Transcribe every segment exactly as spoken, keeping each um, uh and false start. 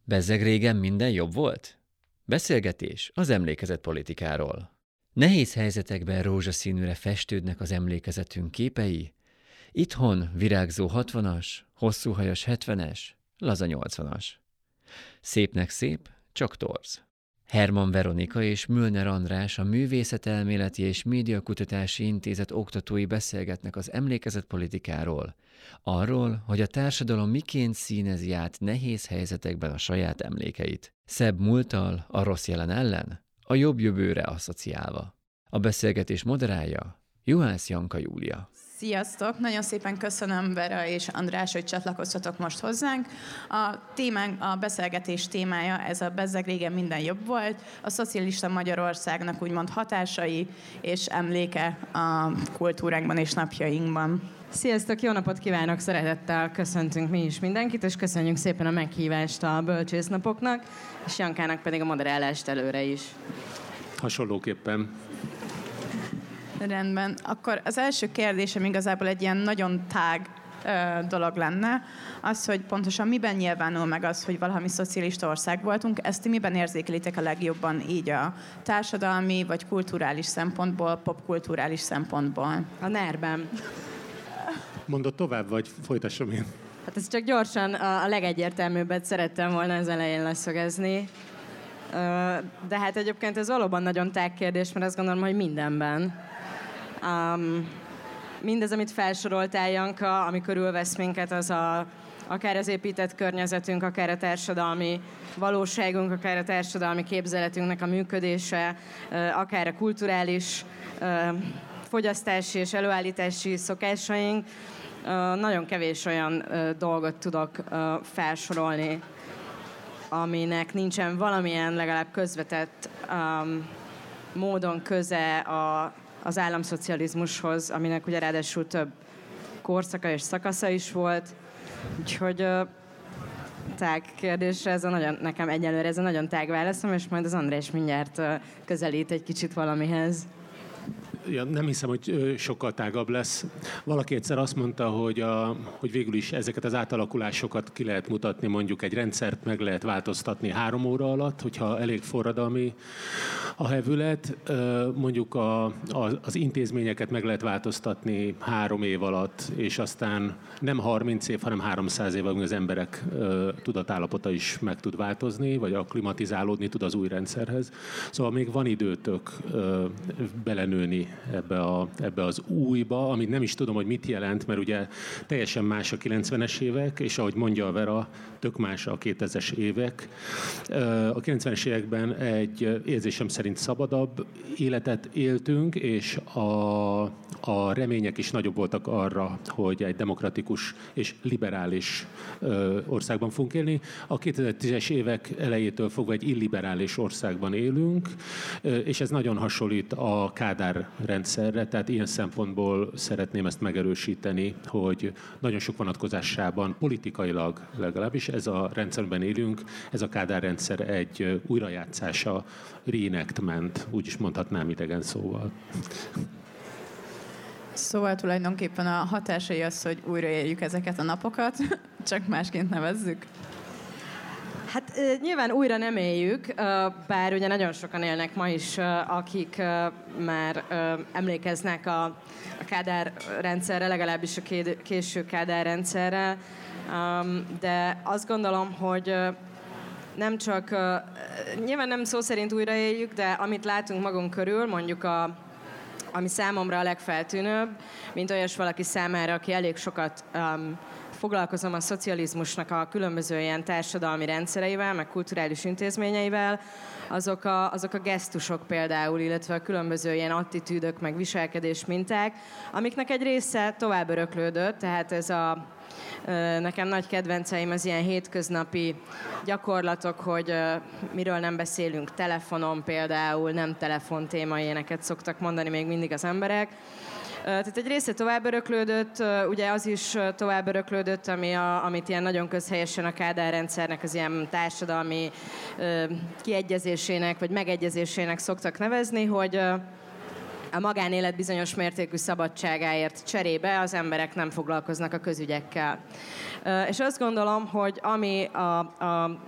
Bezzeg régen minden jobb volt? Beszélgetés az emlékezet politikáról. Nehéz helyzetekben rózsaszínűre festődnek az emlékezetünk képei. Itthon virágzó hatvanas, hosszúhajas hetvenes, laza nyolcvanas. Szépnek szép, csak torz. Herman Veronika és Müllner András, a Művészetelméleti és Médiakutatási Intézet oktatói beszélgetnek az emlékezetpolitikáról, arról, hogy a társadalom miként színezi át nehéz helyzetekben a saját emlékeit. Szebb múlttal, a rossz jelen ellen, a jobb jövőre asszociálva. A beszélgetés moderálja Juhász Janka Júlia. Sziasztok! Nagyon szépen köszönöm, Vera és András, hogy csatlakoztatok most hozzánk. A témánk, a beszélgetés témája, ez a Bezzeg régen minden jobb volt, a szocialista Magyarországnak úgymond hatásai és emléke a kultúránkban és napjainkban. Sziasztok! Jó napot kívánok! Szeretettel köszöntünk mi is mindenkit, és köszönjük szépen a meghívást a bölcsésznapoknak, és Jankának pedig a moderálást előre is. Hasonlóképpen. Rendben. Akkor az első kérdésem igazából egy ilyen nagyon tág ö, dolog lenne, az, hogy pontosan miben nyilvánul meg az, hogy valami szocialista ország voltunk, ezt miben érzékelitek a legjobban így a társadalmi vagy kulturális szempontból, popkulturális szempontból? A nerben. Mondod tovább, vagy folytassam én? Hát ez csak gyorsan a legegyértelműbbet szerettem volna az elején leszögezni. De hát egyébként ez valóban nagyon tág kérdés, mert azt gondolom, hogy mindenben. Um, mindez, amit felsoroltál, Janka, ami körülvesz minket, az a, akár az épített környezetünk, akár a társadalmi valóságunk, akár a társadalmi képzeletünknek a működése, akár a kulturális fogyasztási és előállítási szokásaink. Nagyon kevés olyan dolgot tudok felsorolni, aminek nincsen valamilyen legalább közvetett um, módon köze a, az államszocializmushoz, aminek ugye ráadásul több korszaka és szakasza is volt. Úgyhogy uh, tág kérdésre, ez a nagyon, nekem egyelőre ez a nagyon tág válaszom, és majd az András mindjárt uh, közelít egy kicsit valamihez. Ja, nem hiszem, hogy sokkal tágabb lesz. Valaki egyszer azt mondta, hogy, a, hogy végül is ezeket az átalakulásokat ki lehet mutatni, mondjuk egy rendszert meg lehet változtatni három óra alatt, hogyha elég forradalmi a hevület, mondjuk a, a, az intézményeket meg lehet változtatni három év alatt, és aztán nem harminc év, hanem háromszáz év, amíg az emberek tudatállapota is meg tud változni, vagy akklimatizálódni tud az új rendszerhez. Szóval még van időtök belenőni ebbe, a, ebbe az újba, amit nem is tudom, hogy mit jelent, mert ugye teljesen más a kilencvenes évek, és ahogy mondja a Vera, tök más a kétezres évek. A kilencvenes években egy érzésem szerint szabadabb életet éltünk, és a, a remények is nagyobb voltak arra, hogy egy demokratikus és liberális országban fogunk élni. A kétezer-tízes évek elejétől fogva egy illiberális országban élünk, és ez nagyon hasonlít a Kádár rendszerre, tehát ilyen szempontból szeretném ezt megerősíteni, hogy nagyon sok vonatkozásában politikailag legalábbis ez a rendszerben élünk, ez a Kádár rendszer egy újrajátszása, reenactment, úgy is mondhatnám idegen szóval. Szóval tulajdonképpen a hatásai az, hogy újraéljük ezeket a napokat, csak másként nevezzük. Hát nyilván újra nem éljük, bár ugye nagyon sokan élnek ma is, akik már emlékeznek a, a Kádár rendszerre, legalábbis a késő Kádár rendszerre, de azt gondolom, hogy nem csak, nyilván nem szó szerint újraéljük, de amit látunk magunk körül, mondjuk a ami számomra a legfeltűnőbb, mint olyas valaki számára, aki elég sokat um, foglalkozom a szocializmusnak a különböző ilyen társadalmi rendszereivel, meg kulturális intézményeivel, azok a, azok a gesztusok például, illetve a különböző ilyen attitűdök, meg viselkedés minták, amiknek egy része tovább öröklődött, tehát ez a nekem nagy kedvenceim az ilyen hétköznapi gyakorlatok, hogy miről nem beszélünk telefonon például, nem telefontéma, ilyeneket szoktak mondani még mindig az emberek. Tehát egy része tovább öröklődött, ugye az is tovább öröklődött, ami a, amit ilyen nagyon közhelyesen a Kádár rendszernek az ilyen társadalmi kiegyezésének, vagy megegyezésének szoktak nevezni, hogy a magánélet bizonyos mértékű szabadságáért cserébe az emberek nem foglalkoznak a közügyekkel. És azt gondolom, hogy ami a, a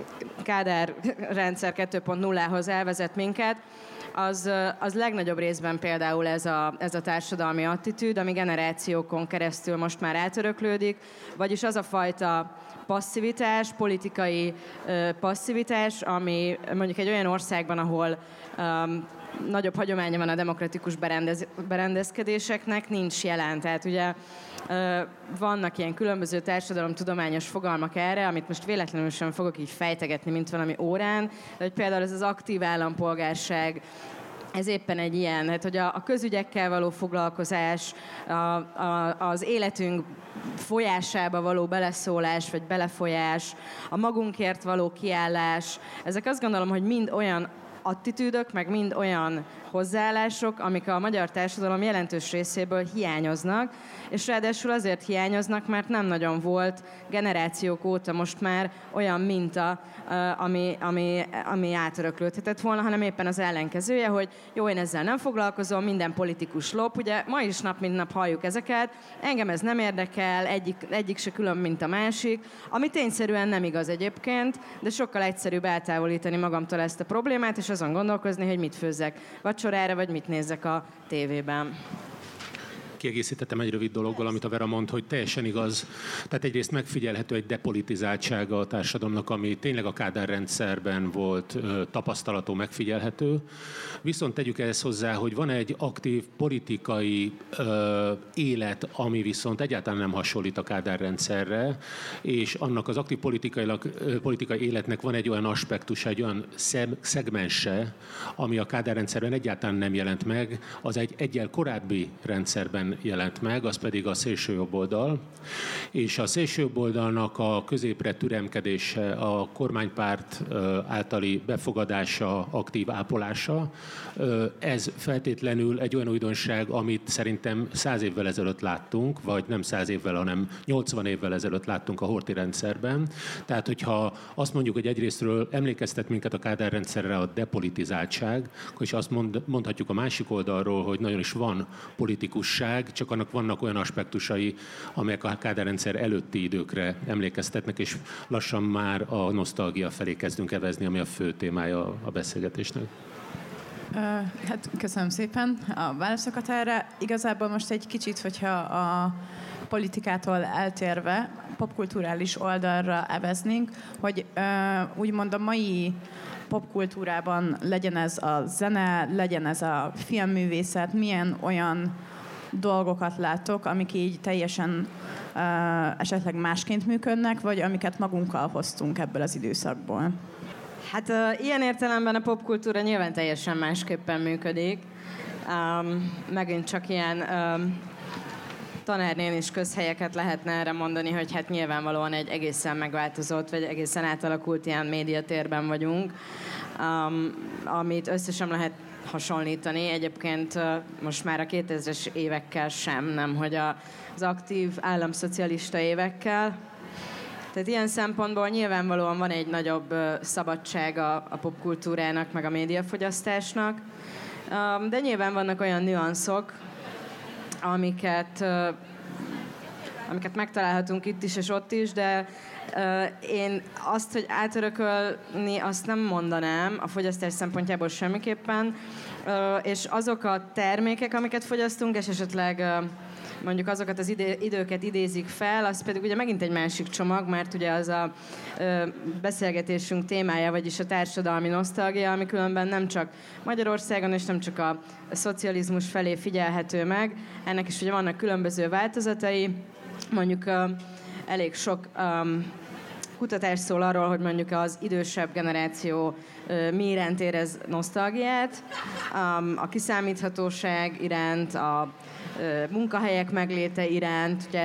Kádár rendszer kettő pont nullához elvezet minket, az, az legnagyobb részben például ez a, ez a társadalmi attitűd, ami generációkon keresztül most már átöröklődik, vagyis az a fajta passzivitás, politikai uh, passzivitás, ami mondjuk egy olyan országban, ahol um, nagyobb hagyománya van a demokratikus berendez, berendezkedéseknek, nincs jelen. Tehát ugye uh, vannak ilyen különböző társadalomtudományos fogalmak erre, amit most véletlenül sem fogok így fejtegetni, mint valami órán, de hogy például ez az aktív állampolgárság, ez éppen egy ilyen, hát, hogy a, a közügyekkel való foglalkozás, a, a, az életünk folyásába való beleszólás, vagy belefolyás, a magunkért való kiállás, ezek azt gondolom, hogy mind olyan attitűdök, meg mind olyan hozzáállások, amik a magyar társadalom jelentős részéből hiányoznak, és ráadásul azért hiányoznak, mert nem nagyon volt generációk óta most már olyan minta, ami, ami, ami átöröklődhetett volna, hanem éppen az ellenkezője, hogy jó, én ezzel nem foglalkozom, minden politikus lop, ugye ma is nap mint nap halljuk ezeket, engem ez nem érdekel, egyik, egyik se külön, mint a másik, ami tényszerűen nem igaz egyébként, de sokkal egyszerűbb eltávolítani magamtól ezt a problémát, és azon gondolkozni, hogy mit főzzek vacsorára, vagy mit nézzek a tévében. Kiegészítettem egy rövid dologgal, amit a Vera mond, hogy teljesen igaz. Tehát egyrészt megfigyelhető egy depolitizáltsága a társadalomnak, ami tényleg a Kádár rendszerben volt tapasztalatú, megfigyelhető. Viszont tegyük ehhez hozzá, hogy van egy aktív politikai ö, élet, ami viszont egyáltalán nem hasonlít a Kádár rendszerre, és annak az aktív politikai, politikai életnek van egy olyan aspektusa, egy olyan szegmense, ami a Kádár rendszerben egyáltalán nem jelent meg, az egy egyel korábbi rendszerben jelent meg, az pedig a szélsőjobboldal. És a szélsőjobboldalnak a középre türemkedése, a kormánypárt általi befogadása, aktív ápolása, ez feltétlenül egy olyan újdonság, amit szerintem száz évvel ezelőtt láttunk, vagy nem száz évvel, hanem nyolcvan évvel ezelőtt láttunk a Horthy rendszerben. Tehát, hogyha azt mondjuk, hogy egyrésztről emlékeztet minket a Kádár rendszerre a depolitizáltság, és azt mond, mondhatjuk a másik oldalról, hogy nagyon is van politikusság, csak annak vannak olyan aspektusai, amelyek a Kádár rendszer előtti időkre emlékeztetnek, és lassan már a nosztalgia felé kezdünk evezni, ami a fő témája a beszélgetésnek. Hát köszönöm szépen a válaszokat erre. Igazából most egy kicsit, hogyha a politikától eltérve popkulturális oldalra eveznénk, hogy úgymond a mai popkultúrában legyen ez a zene, legyen ez a filmművészet, milyen olyan dolgokat látok, amik így teljesen uh, esetleg másként működnek, vagy amiket magunkkal hoztunk ebből az időszakból? Hát uh, ilyen értelemben a popkultúra nyilván teljesen másképpen működik. Um, megint csak ilyen um, tanárnén is közhelyeket lehetne erre mondani, hogy hát nyilvánvalóan egy egészen megváltozott, vagy egészen átalakult ilyen médiatérben vagyunk, um, amit össze sem lehet hasonlítani. Egyébként most már a kétezres évekkel sem, nem, hogy az aktív államszocialista évekkel. Tehát ilyen szempontból nyilvánvalóan van egy nagyobb szabadsága a popkultúrának, meg a médiafogyasztásnak, de nyilván vannak olyan nüanszok, amiket, amiket megtalálhatunk itt is és ott is, de én azt, hogy átörökölni, azt nem mondanám a fogyasztás szempontjából semmiképpen, és azok a termékek, amiket fogyasztunk, és esetleg mondjuk azokat az idő, időket idézik fel, az pedig ugye megint egy másik csomag, mert ugye az a beszélgetésünk témája, vagyis a társadalmi nosztalgia, ami különben nem csak Magyarországon, és nem csak a szocializmus felé figyelhető meg. Ennek is ugye vannak különböző változatai, mondjuk elég sok um, kutatás szól arról, hogy mondjuk az idősebb generáció uh, mi iránt érez nosztalgiát, um, a kiszámíthatóság iránt, a uh, munkahelyek megléte iránt, ugye ez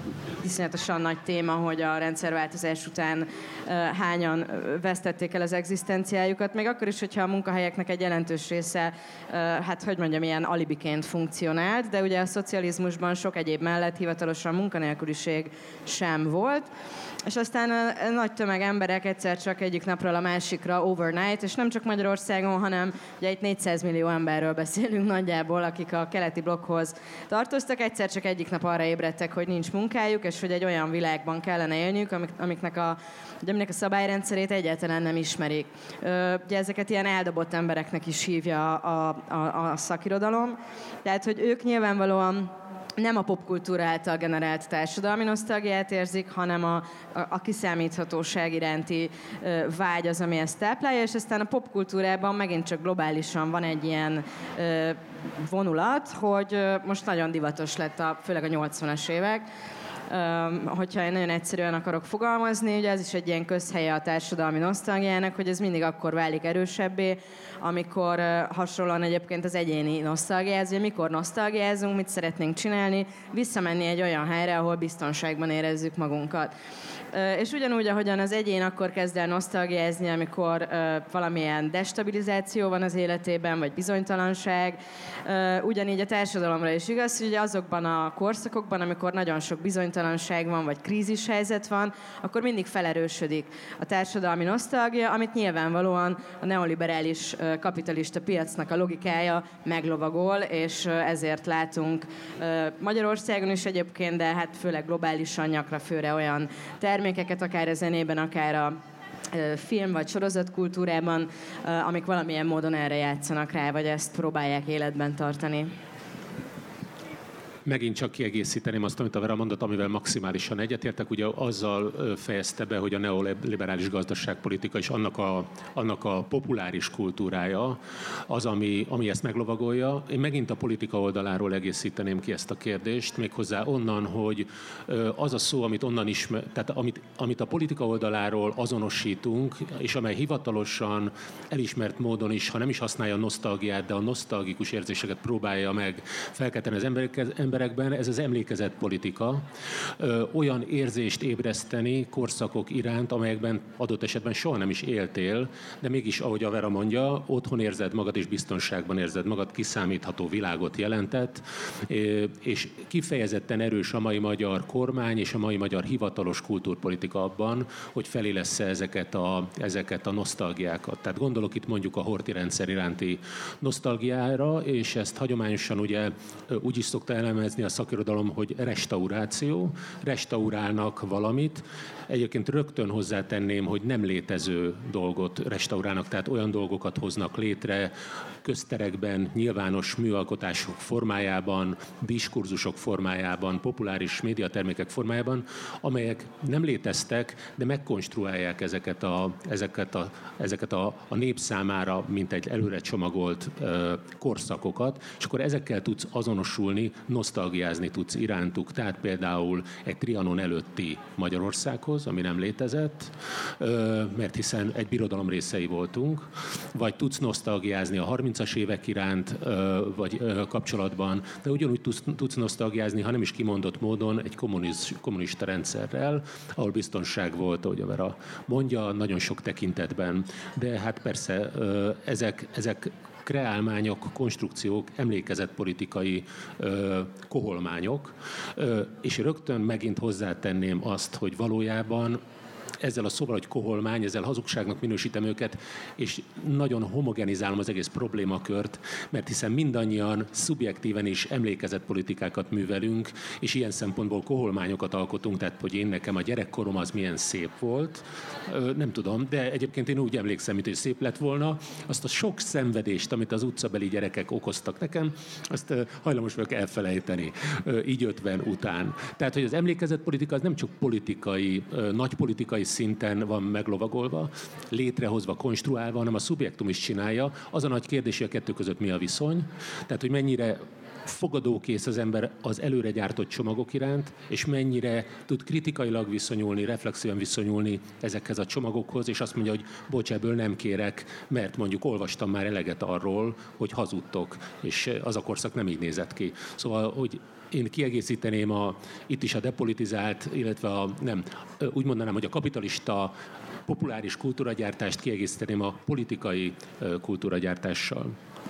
iszonyatosan nagy téma, hogy a rendszerváltozás után hányan vesztették el az egzisztenciájukat, még akkor is, hogyha a munkahelyeknek egy jelentős része, hát hogy mondjam, ilyen alibiként funkcionált, de ugye a szocializmusban sok egyéb mellett hivatalosan munkanélküliség sem volt, és aztán a nagy tömeg emberek egyszer csak egyik napról a másikra overnight, és nem csak Magyarországon, hanem ugye itt négyszáz millió emberről beszélünk nagyjából, akik a keleti blokkhoz tartoztak, egyszer csak egyik nap arra ébredtek, hogy nincs munkájuk, és hogy egy olyan világban kellene élniük, amik, amiknek a, aminek a szabályrendszerét egyáltalán nem ismerik. Ugye ezeket ilyen eldobott embereknek is hívja a, a, a, a szakirodalom, tehát hogy ők nyilvánvalóan nem a popkultúra által generált társadalmi nosztalgiát érzik, hanem a, a, a kiszámíthatóság iránti ö, vágy az, ami ezt táplálja, és aztán a popkultúrában megint csak globálisan van egy ilyen ö, vonulat, hogy ö, most nagyon divatos lett, a, főleg a nyolcvanas évek, Um, hogyha én nagyon egyszerűen akarok fogalmazni, ugye ez is egy ilyen közhelye a társadalmi nosztalgiának, hogy ez mindig akkor válik erősebbé, amikor uh, hasonlóan egyébként az egyéni nosztalgiáz, hogy mikor nosztalgiázunk, mit szeretnénk csinálni, visszamenni egy olyan helyre, ahol biztonságban érezzük magunkat. Uh, és ugyanúgy, ahogyan az egyén akkor kezd el nosztalgiázni, amikor uh, valamilyen destabilizáció van az életében, vagy bizonytalanság, uh, ugyanígy a társadalomra is igaz, hogy azokban a korszakokban, amikor nagyon sok bizonytalanság van, vagy krízishelyzet van, akkor mindig felerősödik a társadalmi nosztalgia, amit nyilvánvalóan a neoliberális uh, kapitalista piacnak a logikája meglovagol, és uh, ezért látunk uh, Magyarországon is egyébként, de hát főleg globálisan nyakra főre olyan termékeket, akár a zenében, akár a film vagy sorozatkultúrában, amik valamilyen módon erre játszanak rá, vagy ezt próbálják életben tartani. Megint csak kiegészíteném azt, amit a Vera mondott, amivel maximálisan egyetértek. Ugye azzal fejezte be, hogy a neoliberális gazdaságpolitika és annak a, annak a populáris kultúrája az, ami, ami ezt meglovagolja. Én megint a politika oldaláról egészíteném ki ezt a kérdést, méghozzá onnan, hogy az a szó, amit onnan ismer, tehát amit, amit a politika oldaláról azonosítunk, és amely hivatalosan elismert módon is, ha nem is használja a nosztalgiát, de a nosztalgikus érzéseket próbálja meg felkelteni az emberekhez, emberekben, ez az emlékezetpolitika, ö, olyan érzést ébreszteni korszakok iránt, amelyekben adott esetben soha nem is éltél, de mégis, ahogy a Vera mondja, otthon érzed magad és biztonságban érzed magad, kiszámítható világot jelentett, és kifejezetten erős a mai magyar kormány és a mai magyar hivatalos kultúrpolitika abban, hogy felélessze ezeket a, ezeket a nosztalgiákat. Tehát gondolok itt mondjuk a Horthy rendszer iránti nosztalgiára, és ezt hagyományosan ugye úgy is szokta elemezni a szakirodalom, hogy restauráció, restaurálnak valamit. Egyébként rögtön hozzátenném, hogy nem létező dolgot restaurálnak, tehát olyan dolgokat hoznak létre közterekben, nyilvános műalkotások formájában, diskurzusok formájában, populáris médiatermékek formájában, amelyek nem léteztek, de megkonstruálják ezeket a, ezeket a, ezeket a, a nép számára, mint egy előre csomagolt uh, korszakokat, és akkor ezekkel tudsz azonosulni, nosztalgiázni tudsz irántuk, tehát például egy Trianon előtti Magyarországhoz, ami nem létezett, mert hiszen egy birodalom részei voltunk, vagy tudsz nosztalgiázni a harmincas évek iránt, vagy kapcsolatban, de ugyanúgy tudsz, tudsz nosztalgiázni, ha nem is kimondott módon, egy kommuniz, kommunista rendszerrel, ahol biztonság volt, ahogy a Vera mondja, nagyon sok tekintetben. De hát persze ezek, ezek kreálmányok, konstrukciók, emlékezetpolitikai ö, koholmányok, ö, és rögtön megint hozzátenném azt, hogy valójában ezzel a szóval, hogy koholmány, ezzel hazugságnak minősítem őket, és nagyon homogenizálom az egész problémakört, mert hiszen mindannyian szubjektíven is emlékezetpolitikákat művelünk, és ilyen szempontból koholmányokat alkotunk, tehát hogy én nekem a gyerekkorom az milyen szép volt, nem tudom, de egyébként én úgy emlékszem, mint hogy szép lett volna, azt a sok szenvedést, amit az utcabeli gyerekek okoztak nekem, azt hajlamos vagyok elfelejteni, így ötven után. Tehát, hogy az emlékezetpolitika az nem csak politikai, nagy politikai szinten van meglovagolva, létrehozva, konstruálva, hanem a szubjektum is csinálja. Az a nagy kérdés, hogy a kettő között mi a viszony. Tehát, hogy mennyire fogadókész az ember az előre gyártott csomagok iránt, és mennyire tud kritikailag viszonyulni, reflexíven viszonyulni ezekhez a csomagokhoz, és azt mondja, hogy bocs, ebből nem kérek, mert mondjuk olvastam már eleget arról, hogy hazudtok, és az a korszak nem így nézett ki. Szóval, hogy én kiegészíteném a, itt is a depolitizált, illetve a, nem, úgy mondanám, hogy a kapitalista populáris kultúragyártást kiegészíteném a politikai kultúragyártással.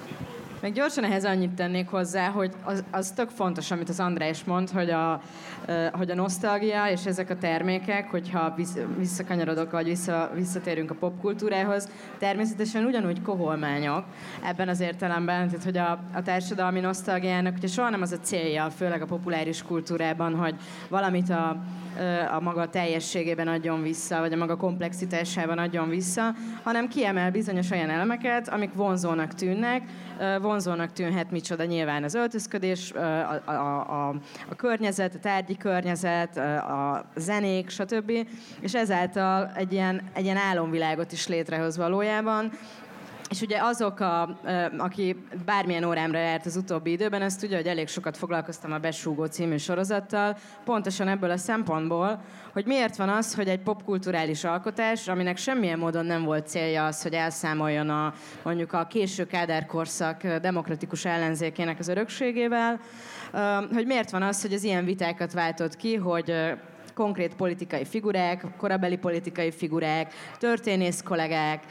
Meg gyorsan ehhez annyit tennék hozzá, hogy az, az tök fontos, amit az András mond, hogy a, hogy a nosztalgia és ezek a termékek, hogyha visszakanyarodok, vagy vissza, visszatérünk a popkultúrához, természetesen ugyanúgy koholmányok ebben az értelemben, tehát hogy a, a társadalmi nosztalgiának ugye soha nem az a célja, főleg a populáris kultúrában, hogy valamit a a maga teljességében adjon vissza, vagy a maga komplexitásában adjon vissza, hanem kiemel bizonyos olyan elemeket, amik vonzónak tűnnek. Vonzónak tűnhet micsoda nyilván az öltözködés, a, a, a, a környezet, a tárgyi környezet, a zenék, stb. És ezáltal egy ilyen, egy ilyen álomvilágot is létrehoz valójában. És ugye azok, a, aki bármilyen órámra járt az utóbbi időben, azt tudja, hogy elég sokat foglalkoztam a Besúgó című sorozattal, pontosan ebből a szempontból, hogy miért van az, hogy egy popkulturális alkotás, aminek semmilyen módon nem volt célja az, hogy elszámoljon a, mondjuk a késő Kádár korszak demokratikus ellenzékének az örökségével, hogy miért van az, hogy az ilyen vitákat váltott ki, hogy konkrét politikai figurák, korabeli politikai figurák, történész kollégák,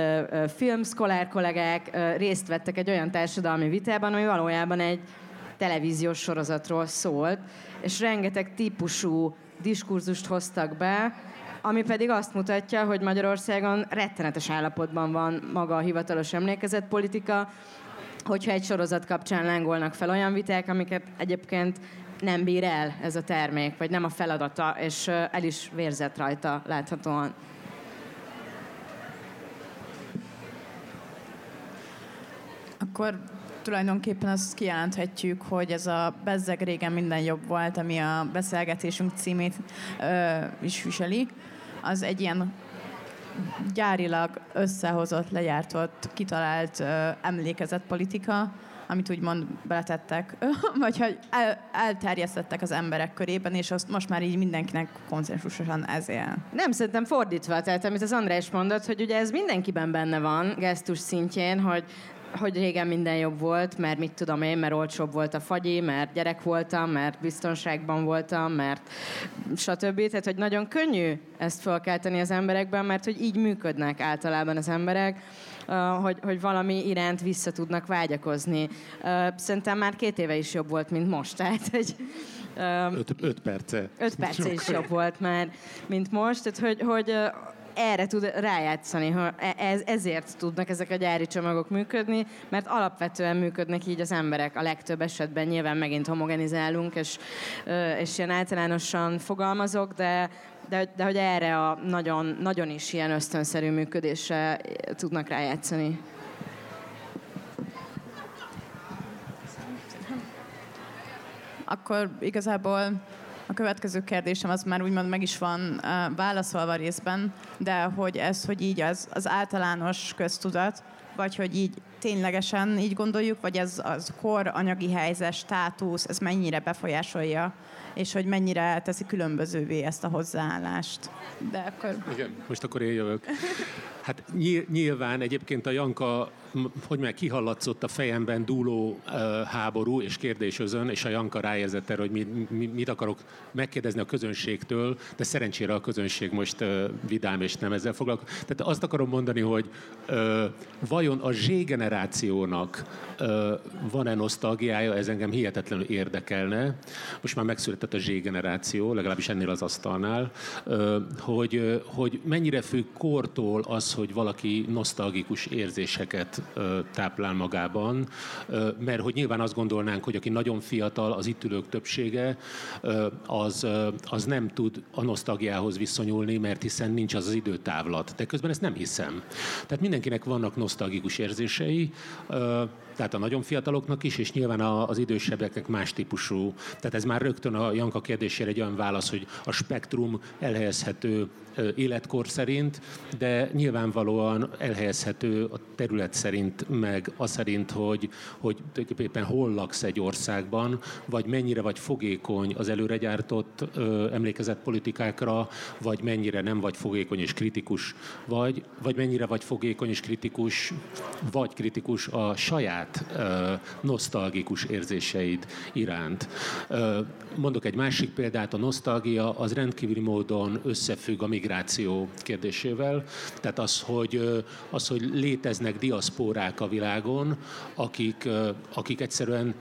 filmszkolár kollégák részt vettek egy olyan társadalmi vitában, ami valójában egy televíziós sorozatról szólt, és rengeteg típusú diskurzust hoztak be, ami pedig azt mutatja, hogy Magyarországon rettenetes állapotban van maga a hivatalos emlékezetpolitika, hogyha egy sorozat kapcsán lángolnak fel olyan viták, amiket egyébként nem bír el ez a termék, vagy nem a feladata, és el is vérzett rajta láthatóan. Akkor tulajdonképpen azt kijelenthetjük, hogy ez a bezzeg régen minden jobb volt, ami a beszélgetésünk címét ö, is viseli, az egy ilyen gyárilag összehozott, legyártott, kitalált ö, emlékezetpolitika, amit úgymond beletettek, vagy hogy el, elterjesztettek az emberek körében, és azt most már így mindenkinek konszenzusosan ez él. Nem, szerintem fordítva, tehát amit az András mondott, hogy ugye ez mindenkiben benne van, gesztus szintjén, hogy hogy régen minden jobb volt, mert mit tudom én, mert olcsóbb volt a fagyi, mert gyerek voltam, mert biztonságban voltam, mert stb. Tehát, hogy nagyon könnyű ezt felkelteni az emberekben, mert hogy így működnek általában az emberek, hogy, hogy valami iránt vissza tudnak vágyakozni. Szerintem már két éve is jobb volt, mint most. Tehát, hogy öt, öt perce. Öt perce is jobb volt már, mint most. Tehát, hogy, hogy erre tud rájátszani, ha ez, ezért tudnak ezek a gyári csomagok működni, mert alapvetően működnek így az emberek. A legtöbb esetben nyilván megint homogenizálunk, és, és ilyen általánosan fogalmazok, de, de, de hogy erre a nagyon, nagyon is ilyen ösztönszerű működésre tudnak rájátszani. Akkor igazából a következő kérdésem az már úgymond meg is van uh, válaszolva részben, de hogy ez, hogy így az, az általános köztudat, vagy hogy így ténylegesen így gondoljuk, vagy ez az kor, anyagi helyzet, státusz, ez mennyire befolyásolja, és hogy mennyire teszi különbözővé ezt a hozzáállást. De akkor... Igen, most akkor én jövök. Hát nyilván egyébként a Janka, hogy meg kihallatszott a fejemben dúló uh, háború és kérdésözön, és a Janka ráérzett erre, hogy mi, mi, mit akarok megkérdezni a közönségtől, de szerencsére a közönség most uh, vidám és nem ezzel foglalkozik. Tehát azt akarom mondani, hogy uh, vajon a Z-generációnak uh, van-e nosztalgiája, ez engem hihetetlenül érdekelne. Most már megszületett a Z-generáció, legalábbis ennél az asztalnál, uh, hogy, uh, hogy mennyire függ kortól az, hogy valaki nosztalgikus érzéseket ö, táplál magában, ö, mert hogy nyilván azt gondolnánk, hogy aki nagyon fiatal, az itt ülők többsége, ö, az, ö, az nem tud a nosztalgiához viszonyulni, mert hiszen nincs az az időtávlat. De közben ezt nem hiszem. Tehát mindenkinek vannak nosztalgikus érzései, érzései, tehát a nagyon fiataloknak is, és nyilván az idősebbeknek más típusú. Tehát ez már rögtön a Janka kérdésére egy olyan válasz, hogy a spektrum elhelyezhető életkor szerint, de nyilvánvalóan elhelyezhető a terület szerint, meg az szerint, hogy, hogy tulajdonképpen hol laksz egy országban, vagy mennyire vagy fogékony az előre gyártott ö, emlékezetpolitikákra, vagy mennyire nem vagy fogékony és kritikus, vagy, vagy mennyire vagy fogékony és kritikus, vagy kritikus a saját ö, nosztalgikus érzéseid iránt. Ö, mondok egy másik példát, a nosztalgia az rendkívüli módon összefügg a migráció kérdésével. Tehát az, hogy, az, hogy léteznek diaszpórák a világon, akik, akik egyszerűen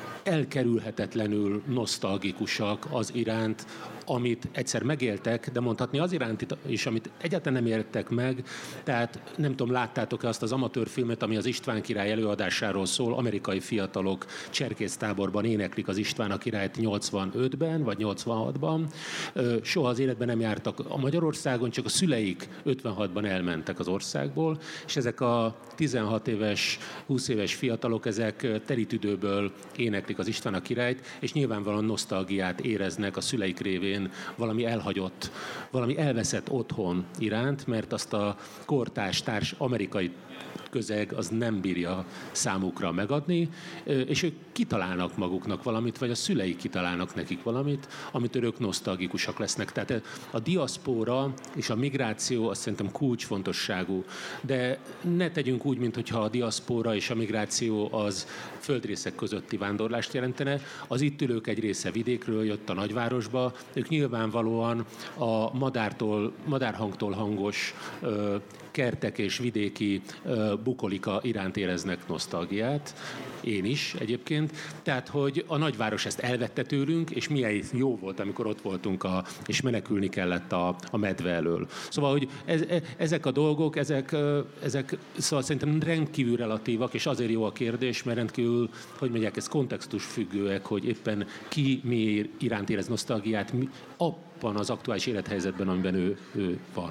elkerülhetetlenül nosztalgikusak az iránt, amit egyszer megéltek, de mondhatni az iránt is, amit egyáltalán nem éltek meg. Tehát nem tudom, láttátok-e azt az amatőrfilmet, ami az István király előadásáról szól, amerikai fiatalok cserkésztáborban éneklik az István a királyt nyolcvanötben vagy nyolcvanhatban. Soha az életben nem jártak a Magyarországon, csak a szüleik ötvenhatban elmentek az országból, és ezek a tizenhat éves, húsz éves fiatalok, ezek terítüdőből éneklik az István a királyt, és nyilvánvalóan nosztalgiát éreznek a szüleik révén valami elhagyott, valami elveszett otthon iránt, mert azt a kortárs társ amerikai közeg az nem bírja számukra megadni, és ők kitalálnak maguknak valamit, vagy a szüleik kitalálnak nekik valamit, amit ők nosztalgikusak lesznek. Tehát a diaszpóra és a migráció azt szerintem kulcsfontosságú, de ne tegyünk úgy, mintha a diaszpóra és a migráció az földrészek közötti vándorlást jelentene. Az itt ülők egy része vidékről jött a nagyvárosba, ők nyilvánvalóan a madártól, madárhangtól hangos ö, kertek és vidéki ö, bukolika iránt éreznek nosztalgiát. Én is egyébként. Tehát, hogy a nagyváros ezt elvette tőlünk, és milyen jó volt, amikor ott voltunk, a, és menekülni kellett a, a medve elől. Szóval, hogy ez, ezek a dolgok, ezek, ezek szóval szerintem rendkívül relatívak, és azért jó a kérdés, mert rendkívül, hogy mondják, ez kontextusfüggőek, hogy éppen ki mi iránt érez nosztalgiát, mi, abban az aktuális élethelyzetben, amiben ő, ő van.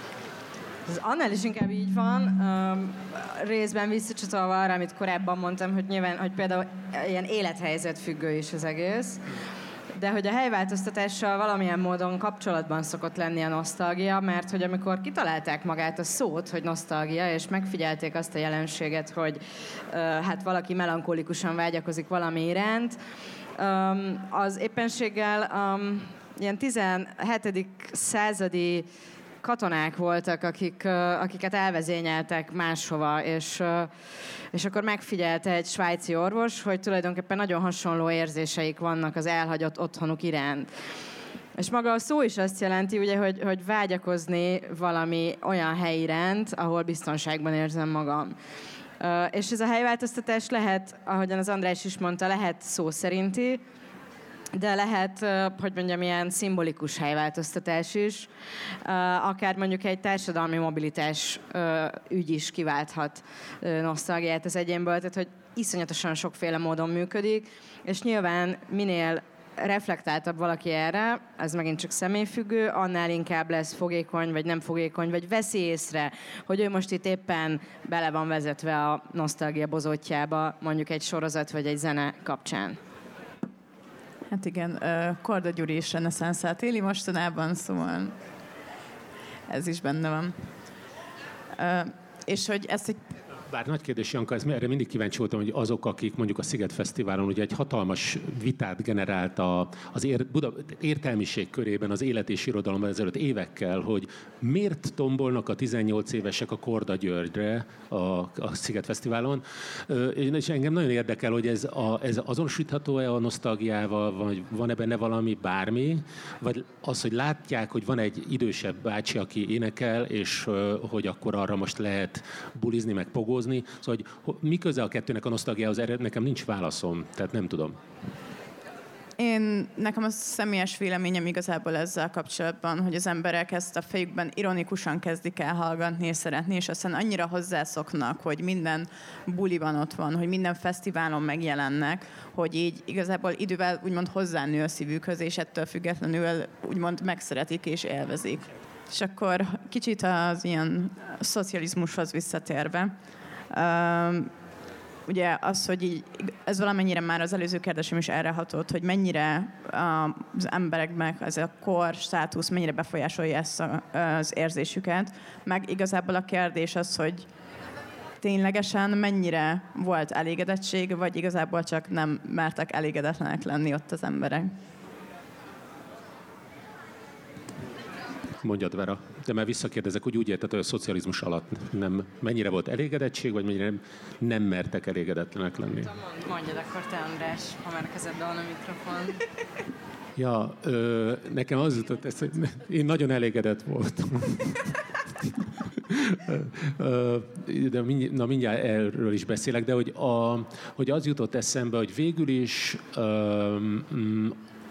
Ez annál is inkább így van, um, részben visszacsatolva arra, amit korábban mondtam, hogy nyilván, hogy például ilyen élethelyzet függő is az egész, de hogy a helyváltoztatással valamilyen módon kapcsolatban szokott lenni a nosztalgia, mert hogy amikor kitalálták magát a szót, hogy nosztalgia, és megfigyelték azt a jelenséget, hogy uh, hát valaki melankolikusan vágyakozik valami iránt, um, az éppenséggel um, ilyen tizenhetedik századi katonák voltak, akik, akiket elvezényeltek máshova, és, és akkor megfigyelte egy svájci orvos, hogy tulajdonképpen nagyon hasonló érzéseik vannak az elhagyott otthonuk iránt. És maga a szó is azt jelenti, ugye, hogy, hogy vágyakozni valami olyan hely iránt, ahol biztonságban érzem magam. És ez a helyváltoztatás lehet, ahogyan az András is mondta, lehet szó szerinti, de lehet, hogy mondjam, ilyen szimbolikus helyváltoztatás is. Akár mondjuk egy társadalmi mobilitás ügy is kiválthat nosztalgiát az egyénből, tehát hogy iszonyatosan sokféle módon működik, és nyilván minél reflektáltabb valaki erre, ez megint csak személyfüggő, annál inkább lesz fogékony, vagy nem fogékony, vagy veszi észre, hogy ő most itt éppen bele van vezetve a nosztalgia bozótjába, mondjuk egy sorozat vagy egy zene kapcsán. Hát igen, Korda Gyuri is reneszánszát éli mostanában, szóval ez is benne van. És hogy ezt egy Bár nagy kérdés, Janka, ez, erre mindig kíváncsi voltam, hogy azok, akik mondjuk a Sziget Fesztiválon ugye egy hatalmas vitát generált a, az ér, Buda, értelmiség körében az élet és irodalomban ezelőtt évekkel, hogy miért tombolnak a tizennyolc évesek a Korda Györgyre a, a Sziget Fesztiválon. És engem nagyon érdekel, hogy ez, a, ez azonosítható-e a nosztalgiával, vagy van-e benne valami bármi, vagy az, hogy látják, hogy van egy idősebb bácsi, aki énekel, és hogy akkor arra most lehet bulizni, meg pogózni. Szóval, hogy mi köze a kettőnek a nosztalgiához, erre nekem nincs válaszom, tehát nem tudom. Én, nekem a személyes véleményem igazából ezzel kapcsolatban, hogy az emberek ezt a fejükben ironikusan kezdik el hallgatni és szeretni, és aztán annyira hozzászoknak, hogy minden buliban ott van, hogy minden fesztiválon megjelennek, hogy így igazából idővel úgymond hozzánő a szívükhöz, és ettől függetlenül úgymond megszeretik és élvezik. És akkor kicsit az ilyen szocializmushoz visszatérve, Ugye az, hogy így, ez valamennyire már az előző kérdésem is erre hatott, hogy mennyire az embereknek ez a kor, státusz, mennyire befolyásolja ezt az érzésüket. Meg igazából a kérdés az, hogy ténylegesen mennyire volt elégedettség, vagy igazából csak nem mertek elégedetlenek lenni ott az emberek. Mondjad, Vera. De már visszakérdezek, hogy úgy érted, hogy a szocializmus alatt nem, mennyire volt elégedettség, vagy mennyire nem, nem mertek elégedetlenek lenni? Mondjad akkor te, András, ha már kezedben van a mikrofon. Ja, ö, nekem az jutott, ezt, én nagyon elégedett voltam. De mindjárt, na mindjárt erről is beszélek, de hogy, a, hogy az jutott eszembe, hogy végül is um,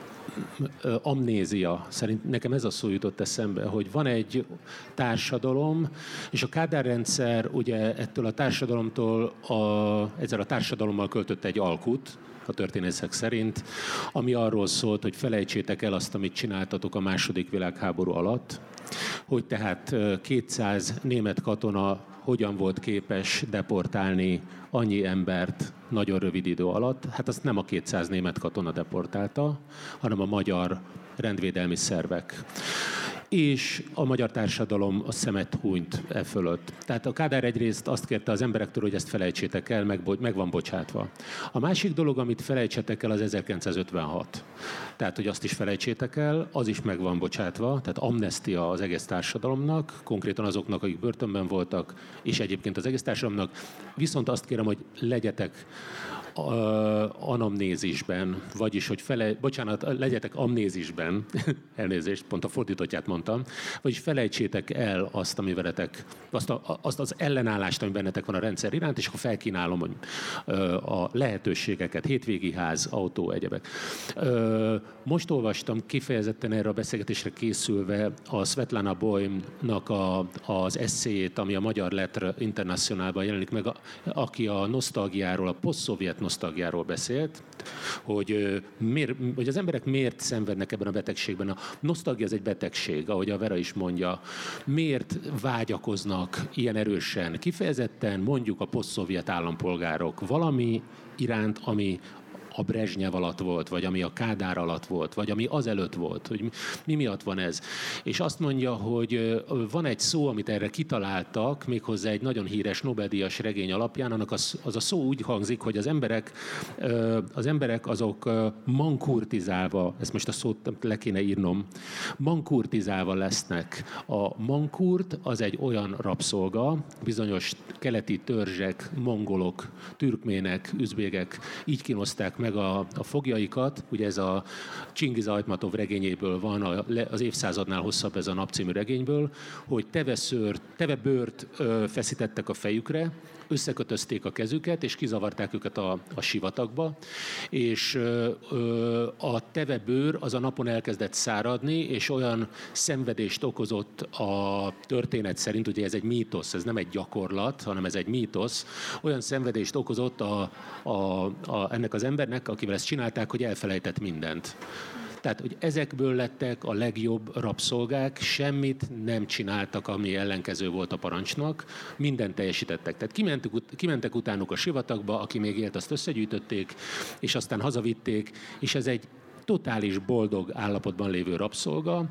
amnézia, szerint nekem ez a szó jutott eszembe, hogy van egy társadalom, és a Kádár rendszer ugye ettől a társadalomtól, a, ezzel a társadalommal költött egy alkut, a történészek szerint, ami arról szólt, hogy felejtsétek el azt, amit csináltatok a második világháború alatt, hogy tehát kétszáz német katona hogyan volt képes deportálni annyi embert nagyon rövid idő alatt. Hát azt nem a kétszáz német katona deportálta, hanem a magyar rendvédelmi szervek. És a magyar társadalom a szemet hunyt e fölött. Tehát a Kádár egyrészt azt kérte az emberektől, hogy ezt felejtsétek el, meg, meg van bocsátva. A másik dolog, amit felejtsetek el, az ezerkilencszázötvenhat. Tehát, hogy azt is felejtsétek el, az is meg van bocsátva, tehát amnestia az egész társadalomnak, konkrétan azoknak, akik börtönben voltak, és egyébként az egész társadalomnak. Viszont azt kérem, hogy legyetek anamnézisben, vagyis, hogy fele, bocsánat, legyetek amnézisben, elnézést, pont a fordítottját mondtam, vagyis felejtsétek el azt, ami veletek, azt, a, azt az ellenállást, ami bennetek van a rendszer iránt, és akkor felkínálom, hogy a lehetőségeket, hétvégi ház, autó, egyebek. Most olvastam kifejezetten erre a beszélgetésre készülve a Svetlana Boymnak a, az eszéjét, ami a Magyar Lettre Internationálban jelenik meg, a, aki a nosztalgiáról, a posztszovjet nosztalgiáról beszélt, hogy, miért, hogy az emberek miért szenvednek ebben a betegségben. A nosztalgia az egy betegség, ahogy a Vera is mondja. Miért vágyakoznak ilyen erősen, kifejezetten mondjuk a posztszovjet állampolgárok valami iránt, ami a Brezsnyev alatt volt, vagy ami a Kádár alatt volt, vagy ami azelőtt volt, hogy mi miatt van ez. És azt mondja, hogy van egy szó, amit erre kitaláltak, méghozzá egy nagyon híres Nobel-díjas regény alapján, annak az, az a szó úgy hangzik, hogy az emberek, az emberek azok mankurtizálva, ezt most a szót le kéne írnom, mankurtizálva lesznek. A mankurt az egy olyan rabszolga, bizonyos keleti törzsek, mongolok, türkmének, üzbégek így kínozták meg a, a fogjaikat, ugye ez a Csingiz Ajtmatov regényéből van, a, az évszázadnál hosszabb ez a Nap című regényből, hogy teveszőrt, tevebőrt ö, feszítettek a fejükre, összekötözték a kezüket, és kizavarták őket a, a sivatagba, és ö, ö, a tevebőr az a napon elkezdett száradni, és olyan szenvedést okozott a történet szerint, ugye ez egy mítosz, ez nem egy gyakorlat, hanem ez egy mítosz, olyan szenvedést okozott a, a, a, ennek az embernek, akivel ezt csinálták, hogy elfelejtett mindent. Tehát, hogy ezekből lettek a legjobb rabszolgák, semmit nem csináltak, ami ellenkező volt a parancsnak, mindent teljesítettek. Tehát kimentek, kimentek utánuk a sivatagba, aki még élt, azt összegyűjtötték, és aztán hazavitték, és ez egy totális boldog állapotban lévő rabszolga,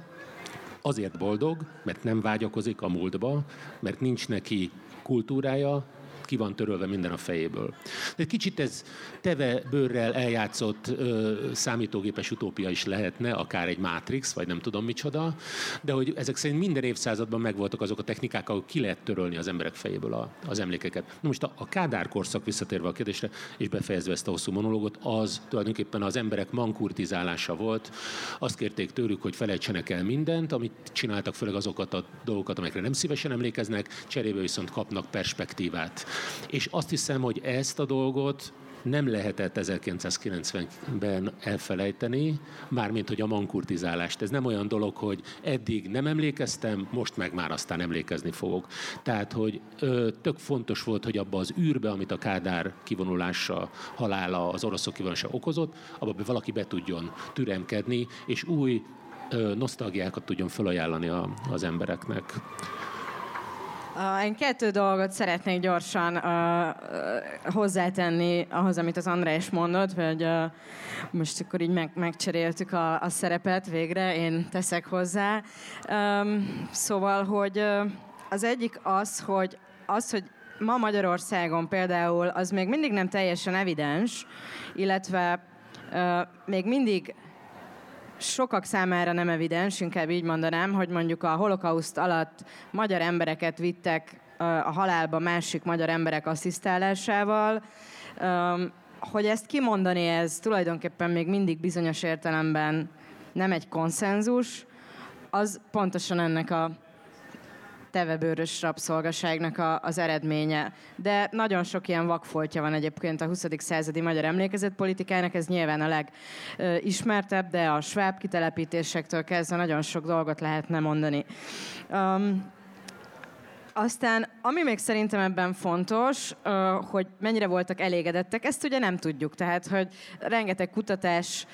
azért boldog, mert nem vágyakozik a múltba, mert nincs neki kultúrája, ki van törölve minden a fejéből. De kicsit ez tevebőrrel eljátszott ö, számítógépes utópia is lehetne, akár egy Matrix, vagy nem tudom micsoda, de hogy ezek szerint minden évszázadban megvoltak azok a technikák, ahol ki lehet törölni az emberek fejéből a, az emlékeket. Na most a, a Kádár korszak, visszatérve a kérdésre, és befejezve ezt a hosszú monológot, az tulajdonképpen az emberek mankurtizálása volt. Azt kérték tőlük, hogy felejtsenek el mindent, amit csináltak, főleg azokat a dolgokat, amelyekre nem szívesen emlékeznek, cserébe viszont kapnak perspektívát. És azt hiszem, hogy ezt a dolgot nem lehetett ezerkilencszázkilencvenben elfelejteni, mármint hogy a mankurtizálást. Ez nem olyan dolog, hogy eddig nem emlékeztem, most meg már aztán emlékezni fogok. Tehát, hogy ö, tök fontos volt, hogy abba az űrbe, amit a Kádár kivonulása, halála, az oroszok kivonulása okozott, abba valaki be tudjon türemkedni, és új ö, nosztalgiákat tudjon felajánlani a, az embereknek. Uh, én kettő dolgot szeretnék gyorsan uh, uh, hozzátenni ahhoz, amit az András mondott, hogy uh, most akkor így meg, megcseréltük a, a szerepet végre, én teszek hozzá. Um, szóval, hogy uh, az egyik az, hogy az, hogy ma Magyarországon például az még mindig nem teljesen evidens, illetve uh, még mindig sokak számára nem evidens, inkább így mondanám, hogy mondjuk a holokauszt alatt magyar embereket vittek a halálba másik magyar emberek asszisztálásával. Hogy ezt kimondani, ez tulajdonképpen még mindig bizonyos értelemben nem egy konszenzus, az pontosan ennek a tevebőrös rabszolgaságnak a, az eredménye. De nagyon sok ilyen vakfoltja van egyébként a huszadik századi magyar emlékezetpolitikának, ez nyilván a legismertebb, de a sváb kitelepítésektől kezdve nagyon sok dolgot lehetne mondani. Um, Aztán, ami még szerintem ebben fontos, hogy mennyire voltak elégedettek, ezt ugye nem tudjuk. Tehát, hogy rengeteg kutatás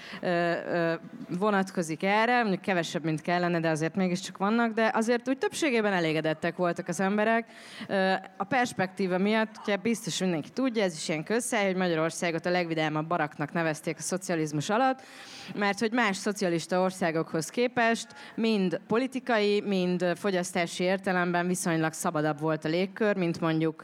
vonatkozik erre, mondjuk kevesebb, mint kellene, de azért mégiscsak vannak, de azért úgy többségében elégedettek voltak az emberek. A perspektíva miatt, ugye biztos mindenki tudja, ez is ilyen közszáj, hogy Magyarországot a legvidámabb baraknak nevezték a szocializmus alatt, mert hogy más szocialista országokhoz képest mind politikai, mind fogyasztási értelemben viszonylag szabadabb volt a légkör, mint mondjuk,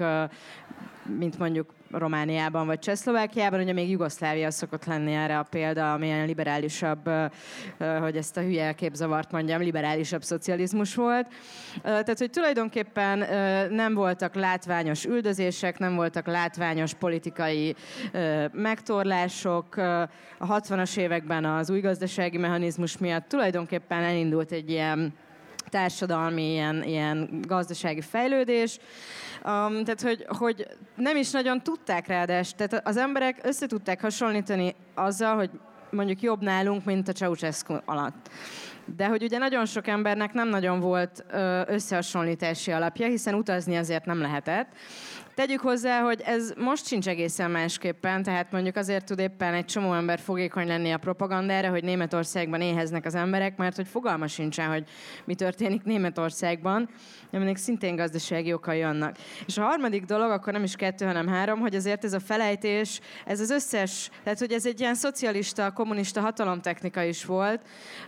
mint mondjuk Romániában vagy Csehszlovákiában, ugye még Jugoszlávia szokott lenni erre a példa, amilyen liberálisabb, hogy ezt a hülye képzavart mondjam, liberálisabb szocializmus volt. Tehát, hogy tulajdonképpen nem voltak látványos üldözések, nem voltak látványos politikai megtorlások. A hatvanas években az új gazdasági mechanizmus miatt tulajdonképpen elindult egy ilyen társadalmi, ilyen, ilyen gazdasági fejlődés. Um, tehát, hogy, hogy nem is nagyon tudták ráadásul. Tehát az emberek össze tudták hasonlítani azzal, hogy mondjuk jobb nálunk, mint a Ceausescu alatt. De hogy ugye nagyon sok embernek nem nagyon volt ö, összehasonlítási alapja, hiszen utazni azért nem lehetett. Tegyük hozzá, hogy ez most sincs egészen másképpen, tehát mondjuk azért tud éppen egy csomó ember fogékony lenni a propagandára, hogy Németországban éheznek az emberek, mert hogy fogalma sincsen, hogy mi történik Németországban, aminek szintén gazdasági okai vannak. És a harmadik dolog, akkor nem is kettő, hanem három, hogy azért ez a felejtés, ez az összes, tehát hogy ez egy ilyen szocialista, kommunista hatalomtechnika is volt.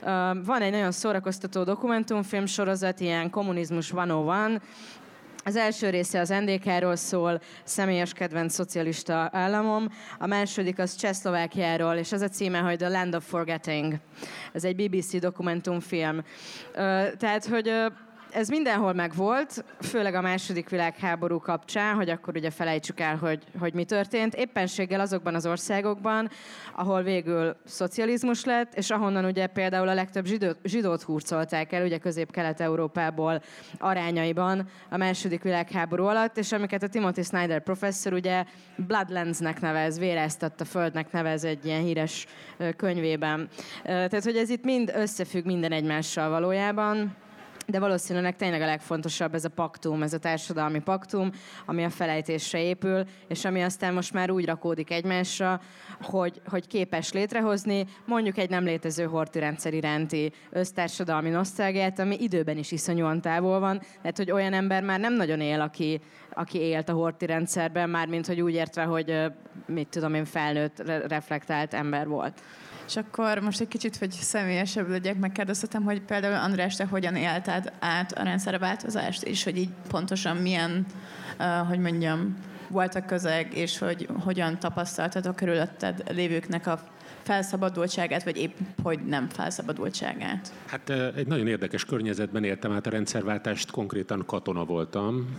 Van egy nagyon szórakoztató dokumentumfilm sorozat, ilyen Kommunizmus száz egy. Az első része az en dé ká-ról szól, személyes kedvenc szocialista államom, a második az Csehszlovákiáról, és az a címe, hogy The Land of Forgetting. Ez egy bé bé cé dokumentumfilm. Tehát, hogy ez mindenhol megvolt, főleg a második világháború kapcsán, hogy akkor ugye felejtsük el, hogy, hogy mi történt. Éppenséggel azokban az országokban, ahol végül szocializmus lett, és ahonnan ugye például a legtöbb zsidót, zsidót hurcolták el, ugye Közép-Kelet-Európából arányaiban a második világháború alatt, és amiket a Timothy Snyder professzor ugye Bloodlandsnek nevez, véráztatta földnek nevez egy ilyen híres könyvében. Tehát, hogy ez itt mind összefügg minden egymással valójában. De valószínűleg tényleg a legfontosabb ez a paktum, ez a társadalmi paktum, ami a felejtésre épül, és ami aztán most már úgy rakódik egymásra, hogy, hogy képes létrehozni mondjuk egy nem létező horthy rendszer iránti össztársadalmi nosztalgiát, ami időben is iszonyúan távol van. Tehát, hogy olyan ember már nem nagyon él, aki, aki élt a horthy rendszerben, mármint hogy úgy értve, hogy mit tudom én, felnőtt, reflektált ember volt. És akkor most egy kicsit, hogy személyesebb legyek, megkérdeztetem, hogy például András, te hogyan élted át a rendszerváltozást, és hogy így pontosan milyen, uh, hogy mondjam, volt a közeg, és hogy hogyan tapasztaltad a körülötted lévőknek a felszabadultságát, vagy épp hogy nem felszabadultságát? Hát egy nagyon érdekes környezetben éltem át a rendszerváltást, konkrétan katona voltam.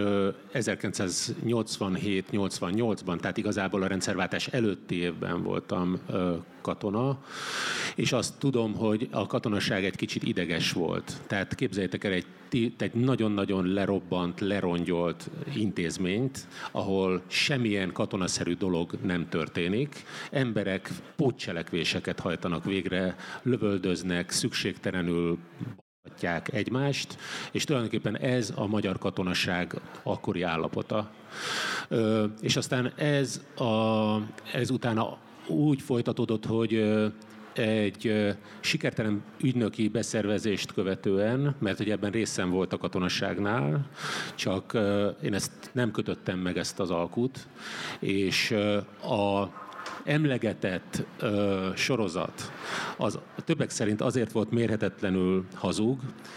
ezerkilencszáznyolcvanhét nyolcvannyolcban, tehát igazából a rendszerváltás előtti évben voltam katona, és azt tudom, hogy a katonaság egy kicsit ideges volt. Tehát képzeljétek el egy, egy nagyon-nagyon lerobbant, lerongyolt intézményt, ahol semmilyen katonaszerű dolog nem történik. Emberek pótcselekvéseket hajtanak végre, lövöldöznek, szükségtelenül batják egymást, és tulajdonképpen ez a magyar katonaság akkori állapota. És aztán ez, a, ez utána úgy folytatódott, hogy egy sikertelen ügynöki beszervezést követően, mert hogy ebben részem volt a katonaságnál, csak én ezt nem kötöttem meg, ezt az alkut, és a emlegetett ö, sorozat az többek szerint azért volt mérhetetlenül hazug,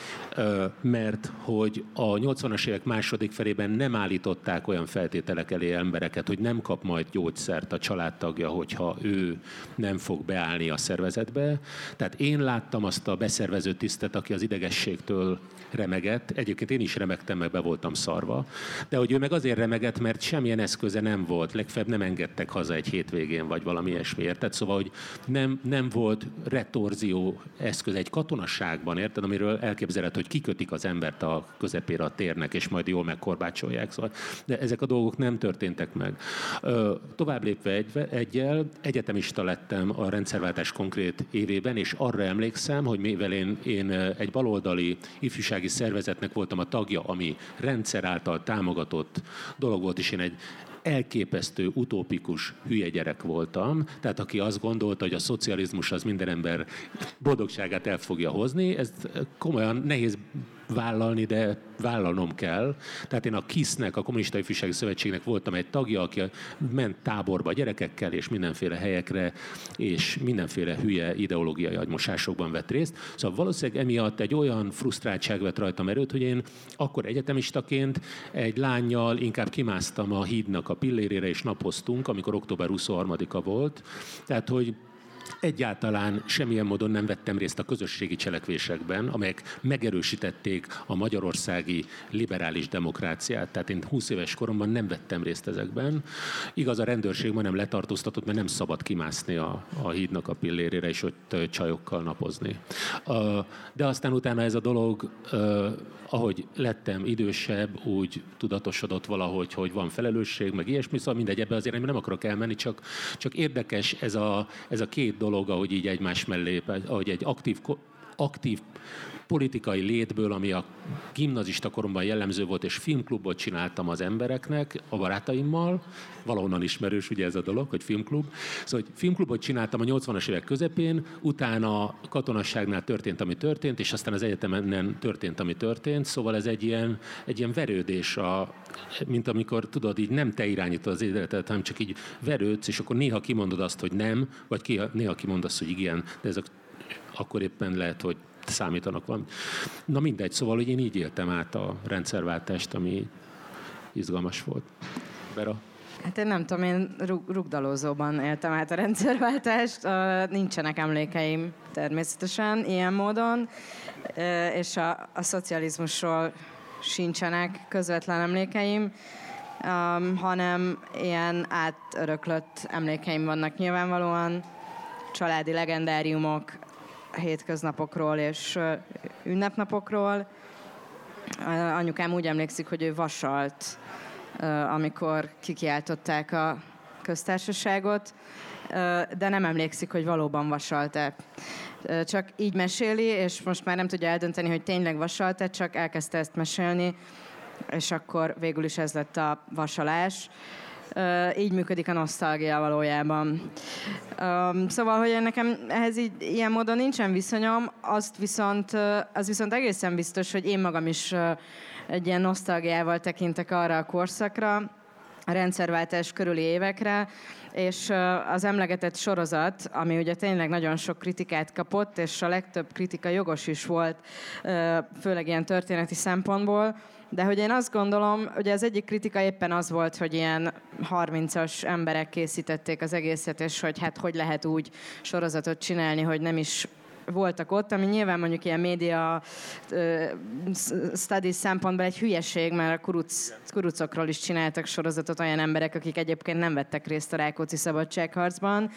ö, mert hogy a nyolcvanas évek második felében nem állították olyan feltételek elé embereket, hogy nem kap majd gyógyszert a családtagja, hogyha ő nem fog beállni a szervezetbe. Tehát én láttam azt a beszervező tisztet, aki az idegességtől remegett. Egyébként én is remegtem, meg be voltam szarva. De hogy ő meg azért remegett, mert semmilyen eszköze nem volt. Legfeljebb nem engedtek haza egy hétvégén, vagy valami ilyesmi, érted? Szóval, hogy nem, nem volt retorzió eszköz egy katonasságban, érted? Amiről elképzelhet, hogy kikötik az embert a közepére a térnek, és majd jól megkorbácsolják. Szóval, de ezek a dolgok nem történtek meg. Tovább lépve egy, egyel, egyetemista lettem a rendszerváltás konkrét évében, és arra emlékszem, hogy mivel én, én egy baloldali ifjúsági szervezetnek voltam a tagja, ami rendszer által támogatott dolog volt, és én egy elképesztő, utópikus hülye gyerek voltam. Tehát aki azt gondolta, hogy a szocializmus az minden ember boldogságát el fogja hozni, ezt komolyan nehéz vállalni, de vállalnom kell. Tehát én a KISZ-nek, a Kommunista Ifjúsági Szövetségnek voltam egy tagja, aki ment táborba gyerekekkel, és mindenféle helyekre, és mindenféle hülye ideológiai agymosásokban vett részt. Szóval valószínűleg emiatt egy olyan frusztráltság vett rajtam erőt, hogy én akkor egyetemistaként egy lánnyal inkább kimásztam a hídnak a pillérére, és napoztunk, amikor október huszonharmadika volt. Tehát, hogy egyáltalán semmilyen módon nem vettem részt a közösségi cselekvésekben, amelyek megerősítették a magyarországi liberális demokráciát. Tehát én húsz éves koromban nem vettem részt ezekben. Igaz, a rendőrség majdnem letartóztatott, mert nem szabad kimászni a, a hídnak a pillérére, és ott csajokkal napozni. De aztán utána ez a dolog, ahogy lettem idősebb, úgy tudatosodott valahogy, hogy van felelősség, meg ilyesmi, szóval mindegy, ebbe azért én nem akarok elmenni, csak, csak érdekes ez a, ez a két dolog, ahogy így egymás mellé, ahogy egy aktív, aktív politikai létből, ami a gimnazista koromban jellemző volt, és filmklubot csináltam az embereknek, a barátaimmal, valahonnan ismerős ugye ez a dolog, hogy filmklub. Szóval, hogy filmklubot csináltam a nyolcvanas évek közepén, utána a katonasságnál történt, ami történt, és aztán az egyetemen történt, ami történt, szóval ez egy ilyen, egy ilyen verődés, a, mint amikor tudod, így nem te irányítod az életet, hanem csak így verődsz, és akkor néha kimondod azt, hogy nem, vagy néha kimondod azt, hogy igen, de ezek akkor éppen lehet, hogy számítanak valamit. Na mindegy, szóval, hogy én így éltem át a rendszerváltást, ami izgalmas volt. Vera? Hát én nem tudom, én rugdalózóban éltem át a rendszerváltást, nincsenek emlékeim természetesen ilyen módon, és a, a szocializmusról sincsenek közvetlen emlékeim, hanem ilyen átöröklött emlékeim vannak nyilvánvalóan, családi legendáriumok, hétköznapokról és ünnepnapokról. Anyukám úgy emlékszik, hogy ő vasalt, amikor kikiáltották a köztársaságot, de nem emlékszik, hogy valóban vasalt-e. Csak így meséli, és most már nem tudja eldönteni, hogy tényleg vasalt-e, csak elkezdte ezt mesélni, és akkor végül is ez lett a vasalás. Uh, így működik a nosztalgia valójában. Um, szóval, hogy nekem ehhez így, ilyen módon nincsen viszonyom, azt viszont, uh, az viszont egészen biztos, hogy én magam is uh, egy ilyen nosztalgiával tekintek arra a korszakra, a rendszerváltás körüli évekre, és uh, az emlegetett sorozat, ami ugye tényleg nagyon sok kritikát kapott, és a legtöbb kritika jogos is volt, uh, főleg ilyen történeti szempontból, de hogy én azt gondolom, hogy az egyik kritika éppen az volt, hogy ilyen harmincas emberek készítették az egészet, és hogy hát hogy lehet úgy sorozatot csinálni, hogy nem is voltak ott, ami nyilván mondjuk ilyen média uh, studies szempontból egy hülyeség, mert a kuruc, kurucokról is csináltak sorozatot olyan emberek, akik egyébként nem vettek részt a Rákóczi szabadságharcban.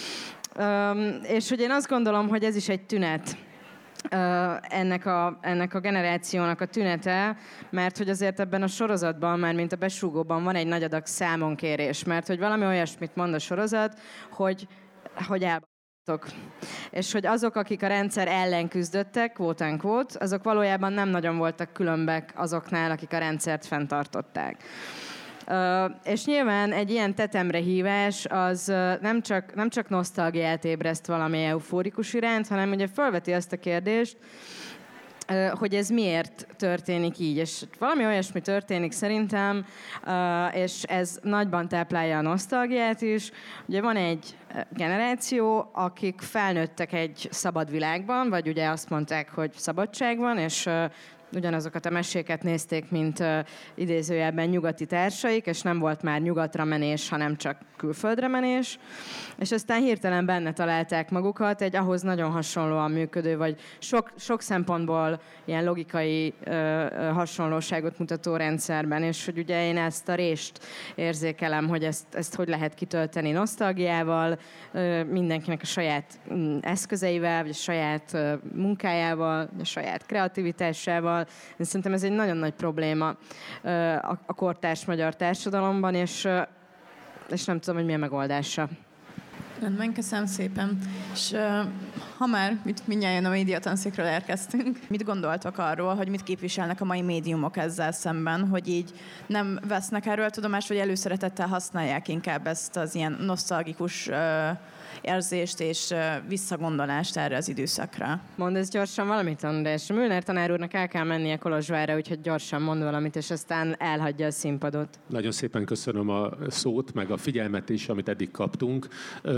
Um, és hogy én azt gondolom, hogy ez is egy tünet, ennek a, ennek a generációnak a tünete, mert hogy azért ebben a sorozatban, már mint a besúgóban van egy nagy adag számonkérés, mert hogy valami olyasmit mond a sorozat, hogy, hogy elbasztok. És hogy azok, akik a rendszer ellen küzdöttek, quote unquote, azok valójában nem nagyon voltak különbek azoknál, akik a rendszert fenntartották. És nyilván egy ilyen tetemre hívás az nem csak, nem csak nosztalgiát ébreszt valami eufórikus iránt, hanem ugye felveti azt a kérdést, hogy ez miért történik így. És valami olyasmi történik szerintem, és ez nagyban táplálja a nosztalgiát is. Ugye van egy generáció, akik felnőttek egy szabad világban, vagy ugye azt mondták, hogy szabadság van, és ugyanazokat a meséket nézték, mint uh, idézőjelben nyugati társaik, és nem volt már nyugatra menés, hanem csak külföldre menés. És aztán hirtelen benne találták magukat egy ahhoz nagyon hasonlóan működő, vagy sok, sok szempontból ilyen logikai uh, hasonlóságot mutató rendszerben, és hogy ugye én ezt a rést érzékelem, hogy ezt, ezt hogy lehet kitölteni nosztalgiával, uh, mindenkinek a saját um, eszközeivel, vagy a saját uh, munkájával, a saját kreativitásával. Én szerintem ez egy nagyon nagy probléma a kortárs magyar társadalomban, és, és nem tudom, hogy mi a megoldása. Rendben, köszönöm szépen. És uh, ha már mit mindnyáján a médiatanszékről érkeztünk, mit gondoltok arról, hogy mit képviselnek a mai médiumok ezzel szemben, hogy így nem vesznek erről tudomást, vagy előszeretettel használják inkább ezt az ilyen nosztalgikus uh, érzést és uh, visszagondolást erre az időszakra? Mondd ezt gyorsan valamit, András. Müller tanár úrnak el kell mennie Kolozsvárra, úgyhogy gyorsan mond valamit, és aztán elhagyja a színpadot. Nagyon szépen köszönöm a szót, meg a figyelmet is, amit eddig kaptunk.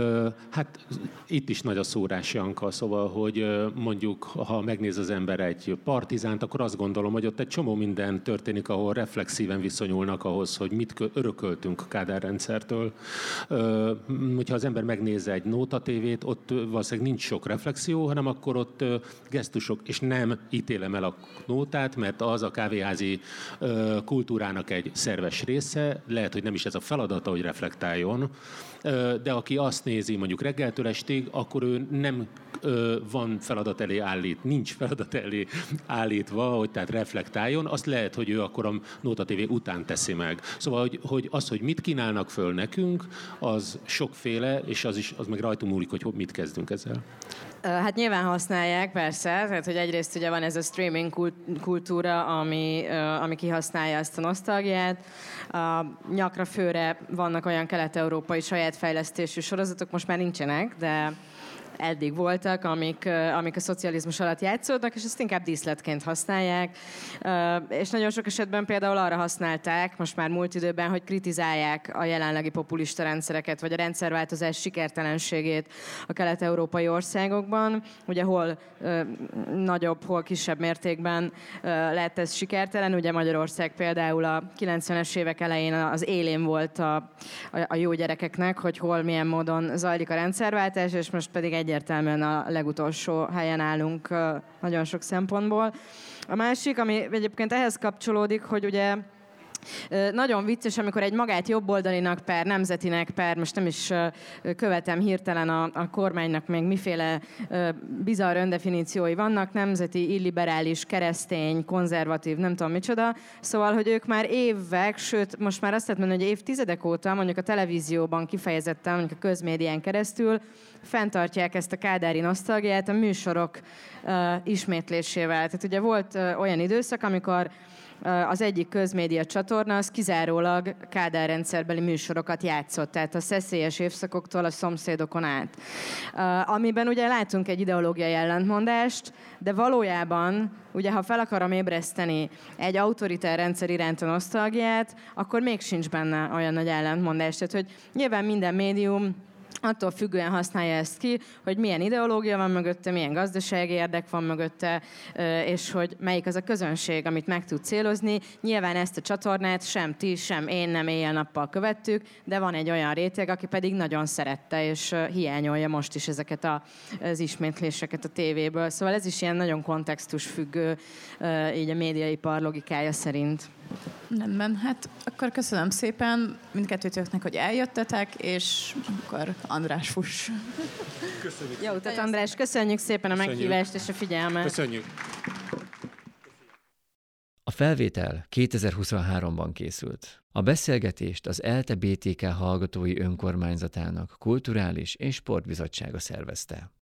Hát itt is nagy a szórás, Janka, szóval, hogy mondjuk, ha megnéz az ember egy Partizánt, akkor azt gondolom, hogy ott egy csomó minden történik, ahol reflexíven viszonyulnak ahhoz, hogy mit örököltünk a Kádár rendszertől. Hogyha az ember megnéz egy Nóta tévét, ott valószínűleg nincs sok reflexió, hanem akkor ott gesztusok, és nem ítélem el a Nótát, mert az a kávéházi kultúrának egy szerves része, lehet, hogy nem is ez a feladata, hogy reflektáljon, de aki azt nézi mondjuk reggeltől estig, akkor ő nem van feladat elé állít, nincs feladat elé állítva, hogy tehát reflektáljon, azt lehet, hogy ő akkor a Nóta té vé után teszi meg. Szóval, hogy, hogy az, hogy mit kínálnak föl nekünk, az sokféle, és az is az meg rajtunk múlik, hogy mit kezdünk ezzel. Hát nyilván használják, persze, tehát hogy egyrészt ugye van ez a streaming kultúra, ami, ami kihasználja ezt a nosztalgiát. A nyakra főre vannak olyan kelet-európai saját fejlesztésű sorozatok, most már nincsenek, de eddig voltak, amik, amik a szocializmus alatt játszódnak, és ezt inkább díszletként használják. És nagyon sok esetben például arra használták, most már múlt időben, hogy kritizálják a jelenlegi populista rendszereket, vagy a rendszerváltozás sikertelenségét a kelet-európai országokban. Ugye hol nagyobb, hol kisebb mértékben lett ez sikertelen. Ugye Magyarország például a kilencvenes évek elején az élén volt a, a, a jó gyerekeknek, hogy hol milyen módon zajlik a rendszerváltás, és most pedig egy egyértelműen a legutolsó helyen állunk nagyon sok szempontból. A másik, ami egyébként ehhez kapcsolódik, hogy ugye nagyon vicces, amikor egy magát jobboldalinak per, nemzetinek per, most nem is követem hirtelen a, a kormánynak még miféle bizarr öndefiníciói vannak, nemzeti, illiberális, keresztény, konzervatív, nem tudom micsoda. Szóval, hogy ők már évek, sőt, most már azt lehet mondani, hogy évtizedek óta, mondjuk a televízióban kifejezetten, mondjuk a közmédián keresztül, fenntartják ezt a kádári nosztalgiát a műsorok uh, ismétlésével. Tehát ugye volt uh, olyan időszak, amikor uh, az egyik közmédia csatorna az kizárólag Kádár rendszerbeli műsorokat játszott, tehát a szeszélyes évszakoktól a szomszédokon át. Uh, amiben ugye látunk egy ideológiai ellentmondást, de valójában, ugye ha fel akarom ébreszteni egy autoritár rendszer iránt a nosztalgiát, akkor még sincs benne olyan nagy ellentmondás. Tehát, hogy nyilván minden médium attól függően használja ezt ki, hogy milyen ideológia van mögötte, milyen gazdasági érdek van mögötte, és hogy melyik az a közönség, amit meg tud célozni. Nyilván ezt a csatornát sem ti, sem én nem éjjel-nappal követtük, de van egy olyan réteg, aki pedig nagyon szerette, és hiányolja most is ezeket a, az ismétléseket a tévéből. Szóval ez is ilyen nagyon kontextusfüggő, így a médiaipar logikája szerint. Rendben, hát akkor köszönöm szépen mindkettőtöknek, hogy eljöttetek, és akkor András fuss. Köszönjük. Jó utat, András, köszönjük szépen a köszönjük. meghívást és a figyelmet. Köszönjük. A felvétel kétezer-huszonháromban készült. A beszélgetést az ELTE bé té ká hallgatói önkormányzatának kulturális és sportbizottsága szervezte.